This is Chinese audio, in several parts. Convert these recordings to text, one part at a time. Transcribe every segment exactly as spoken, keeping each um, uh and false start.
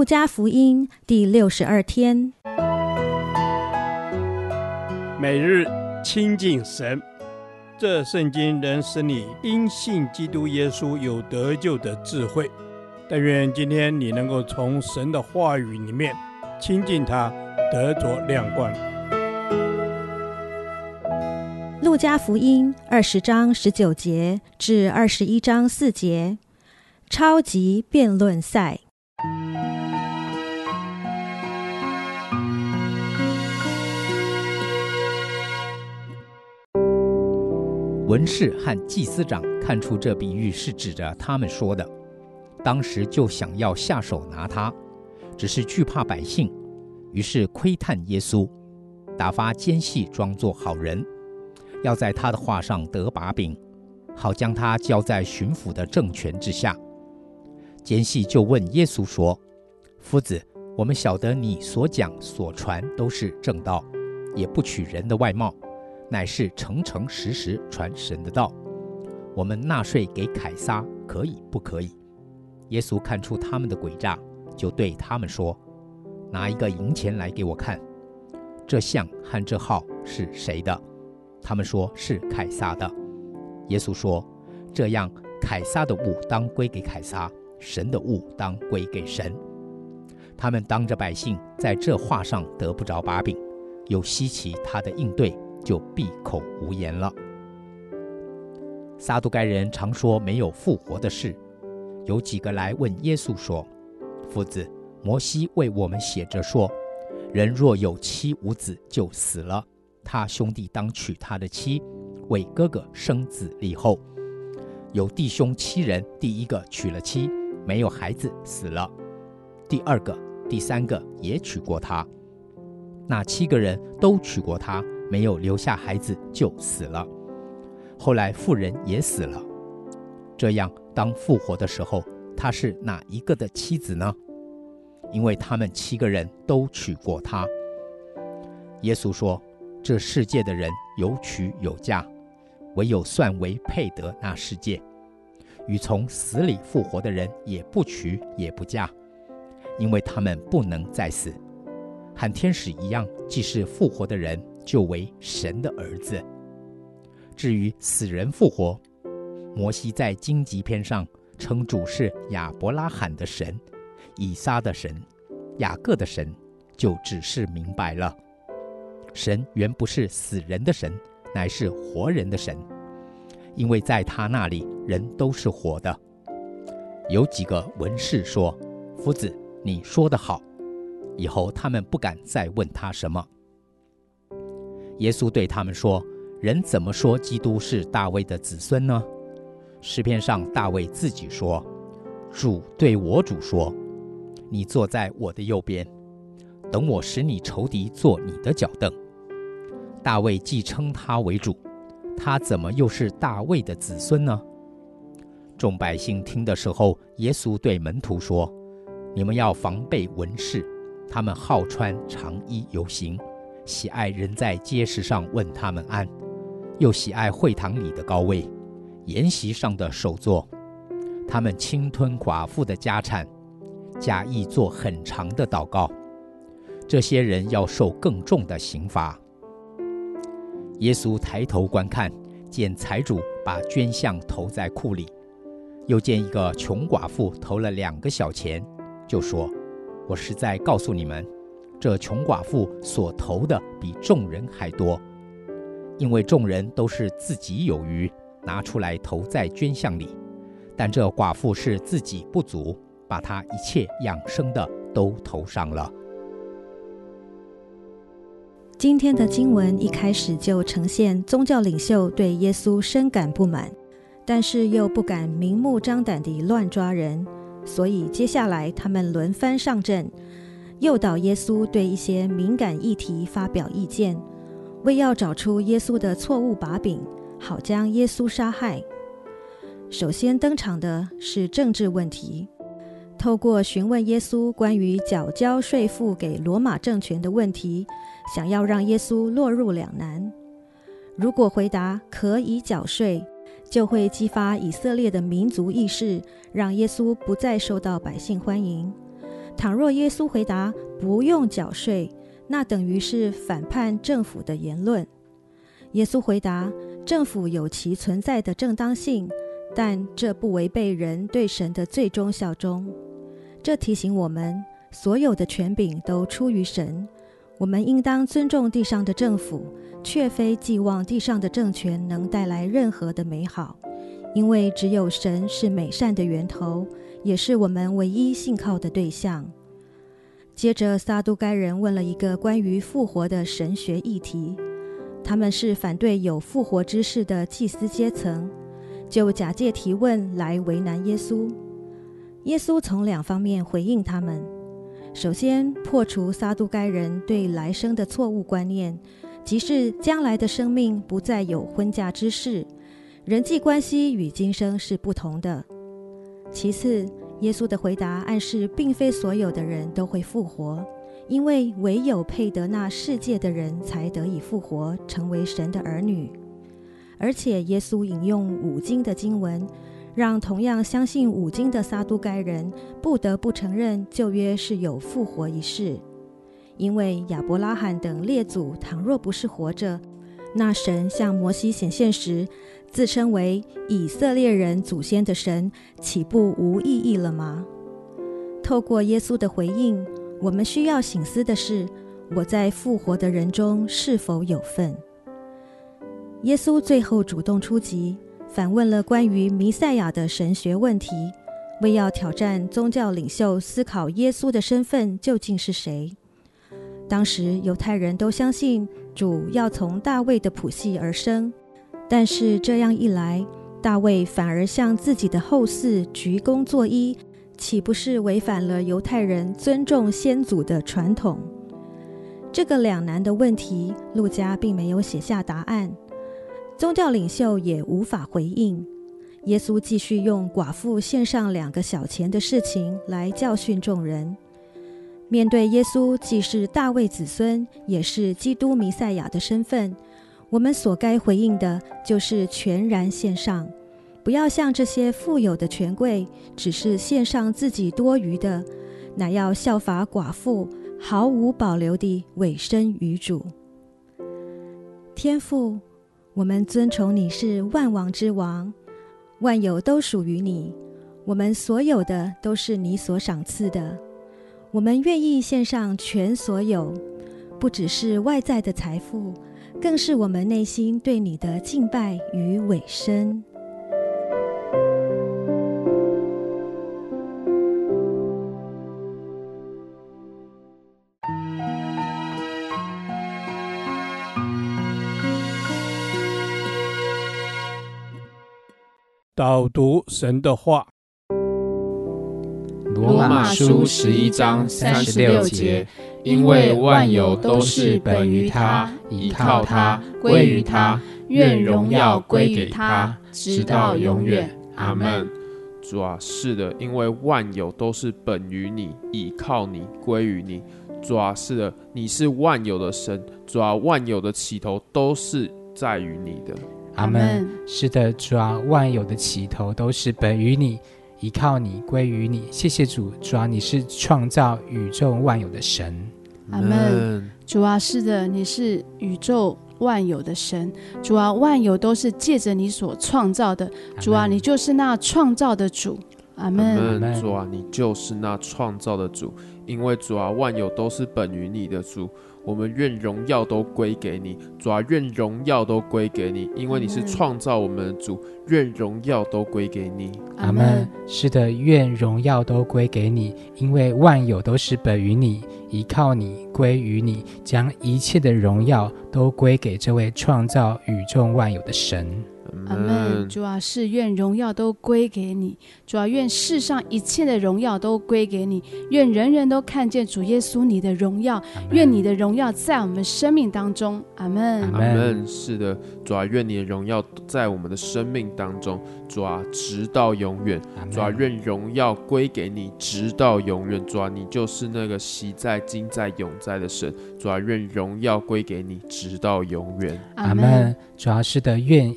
路加福音第六十二天， 每日亲近神，这圣经能使你因信基督耶稣有得救的智慧。但愿今天你能够从神的话语里面亲近他，得着亮光。 路加福音二十章十九节至二十一章四节，超级辩论赛。 文士和祭司长看出这比喻是指着他们说的，当时就想要下手拿他，只是惧怕百姓，于是窥探耶稣，打发奸细装作好人，要在他的话上得把柄，好将他交在巡抚的政权之下。奸细就问耶稣说：夫子，我们晓得你所讲所传都是正道，也不取人的外貌，乃是诚诚实实传神的道。我们纳税给凯撒，可以不可以？耶稣看出他们的诡诈，就对他们说：拿一个银钱来给我看。这像和这号是谁的？他们说是凯撒的。耶稣说：这样，凯撒的物当归给凯撒，神的物当归给神。他们当着百姓在这话上得不着把柄，又稀奇他的应对，就闭口无言了。撒都该人常说没有复活的事，有几个来问耶稣说：夫子，摩西为我们写着说，人若有妻无子就死了，他兄弟当娶他的妻，为哥哥生子立后。有弟兄七人，第一个娶了妻，没有孩子，死了；第二个、第三个也娶过他，那七个人都娶过他，没有留下孩子，就死了。后来妇人也死了。这样，当复活的时候，他是哪一个的妻子呢？因为他们七个人都娶过他。耶稣说：这世界的人有娶有嫁，唯有算为配得那世界。与从死里复活的人也不娶也不嫁，因为他们不能再死。和天使一样，既是复活的人，就为神的儿子。至于死人复活，摩西在荆棘篇上称主是亚伯拉罕的神、以撒的神、雅各的神，就只是明白了，神原不是死人的神，乃是活人的神，因为在他那里人都是活的。有几个文士说：夫子，你说得好。以后他们不敢再问他什么。耶稣对他们说：人怎么说基督是大卫的子孙呢？诗篇上大卫自己说：主对我主说，你坐在我的右边，等我使你仇敌坐你的脚凳。大卫既称他为主，他怎么又是大卫的子孙呢？众百姓听的时候，耶稣对门徒说：你们要防备文士，他们好穿长衣游行，喜爱人在街市上问他们安，又喜爱会堂里的高位，筵席上的首座。他们侵吞寡妇的家产，假意做很长的祷告。这些人要受更重的刑罚。耶稣抬头观看，见财主把捐项投在库里，又见一个穷寡妇投了两个小钱，就说：我实在告诉你们，这穷寡妇所投的比众人还多，因为众人都是自己有余，拿出来投在捐项里，但这寡妇是自己不足，把她一切养生的都投上了。 今天的经文一开始就呈现宗教领袖对耶稣深感不满，但是又不敢明目张胆地乱抓人，所以接下来他们轮番上阵，诱导耶稣对一些敏感议题发表意见，为要找出耶稣的错误把柄，好将耶稣杀害。首先登场的是政治问题，透过询问耶稣关于缴交税赋给罗马政权的问题，想要让耶稣落入两难。如果回答可以缴税，就会激发以色列的民族意识，让耶稣不再受到百姓欢迎。 倘若耶稣回答不用缴税，那等于是反叛政府的言论。耶稣回答，政府有其存在的正当性，但这不违背人对神的最终效忠。这提醒我们，所有的权柄都出于神，我们应当尊重地上的政府，却非寄望地上的政权能带来任何的美好，因为只有神是美善的源头，也是我们唯一信靠的对象。接着，撒都该人问了一个关于复活的神学议题，他们是反对有复活之事的祭司阶层，就假借提问来为难耶稣。耶稣从两方面回应他们。首先，破除撒都该人对来生的错误观念，即是将来的生命不再有婚嫁之事，人际关系与今生是不同的。其次，耶稣的回答暗示并非所有的人都会复活，因为唯有配得那世界的人才得以复活，成为神的儿女。而且耶稣引用五经的经文，让同样相信五经的撒都该人不得不承认旧约是有复活一事，因为亚伯拉罕等列祖倘若不是活着，那神向摩西显现时自称为以色列人祖先的神，岂不无意义了吗？透过耶稣的回应，我们需要省思的是，我在复活的人中是否有份？耶稣最后主动出击，反问了关于弥赛亚的神学问题，为要挑战宗教领袖思考耶稣的身份究竟是谁。当时犹太人都相信主要从大卫的谱系而生，但是这样一来，大卫反而向自己的后嗣鞠躬作揖，岂不是违反了犹太人尊重先祖的传统？这个两难的问题，路加并没有写下答案，宗教领袖也无法回应。耶稣继续用寡妇献上两个小钱的事情来教训众人。面对耶稣既是大卫子孙，也是基督弥赛亚的身份，我们所该回应的就是全然献上，不要像这些富有的权贵，只是献上自己多余的，乃要效法寡妇，毫无保留地委身于主。天父，我们尊崇你是万王之王，万有都属于你，我们所有的都是你所赏赐的。我们愿意献上全所有，不只是外在的财富，更是我们内心对你的敬拜与委身。 导读神的话。 罗马书十一章三十六节，因为万有都是本于他，依靠他，归于他，愿荣耀归给他，直到永远。阿们。 主啊，是的，因为万有都是本于你，依靠你，归于你。主啊，是的，你是万有的神。主啊，万有的起头都是在于你的。 阿们。是的，主啊，万有的起头都是本于你，依靠你，归于你。谢谢主，主啊，你是创造宇宙万有的神。 阿们。主啊，是的，你是宇宙万有的神。主啊，万有都是借着你所创造的。主啊，你就是那创造的主。阿们。 主啊，你就是那创造的主，因为主啊，万有都是本于你的主。我们愿荣耀都归给你，主啊，愿荣耀都归给你，因为你是创造我们的主，愿荣耀都归给你。 阿们。是的，愿荣耀都归给你，因为万有都是本于你，依靠你，归于你，将一切的荣耀都归给这位创造宇宙万有的神。 阿们。主啊，是愿荣耀都归给你，主啊，愿世上一切的荣耀都归给你，愿人人都看见主耶稣你的荣耀，愿你的荣耀在我们生命当中。阿们。 阿们。是的，主啊，愿你的荣耀在我们的生命当中，主啊，直到永远。主啊，愿荣耀归给你，直到永远。主啊，你就是那个昔在、今在、永在的神。主啊，愿荣耀归给你，直到永远。 阿们。主啊，是的，愿一切的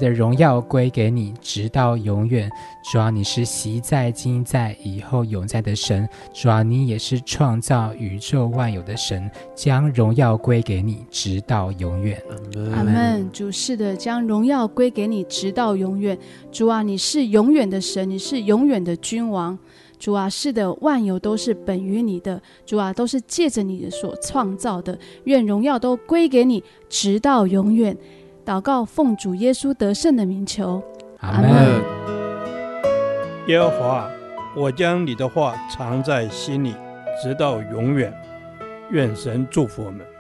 的荣耀归给你，直到永远。主啊，你是昔在今在以后永在的神，主啊，你也是创造宇宙万有的神，将荣耀归给你，直到永远。 阿们。主是的，将荣耀归给你，直到永远。主啊，你是永远的神，你是永远的君王。主啊，是的，万有都是本于你的，主啊，都是借着你所创造的，愿荣耀都归给你，直到永远。祷告奉主耶稣得胜的名求， 阿们。 耶和华，我将你的话藏在心里，直到永远。愿神祝福我们。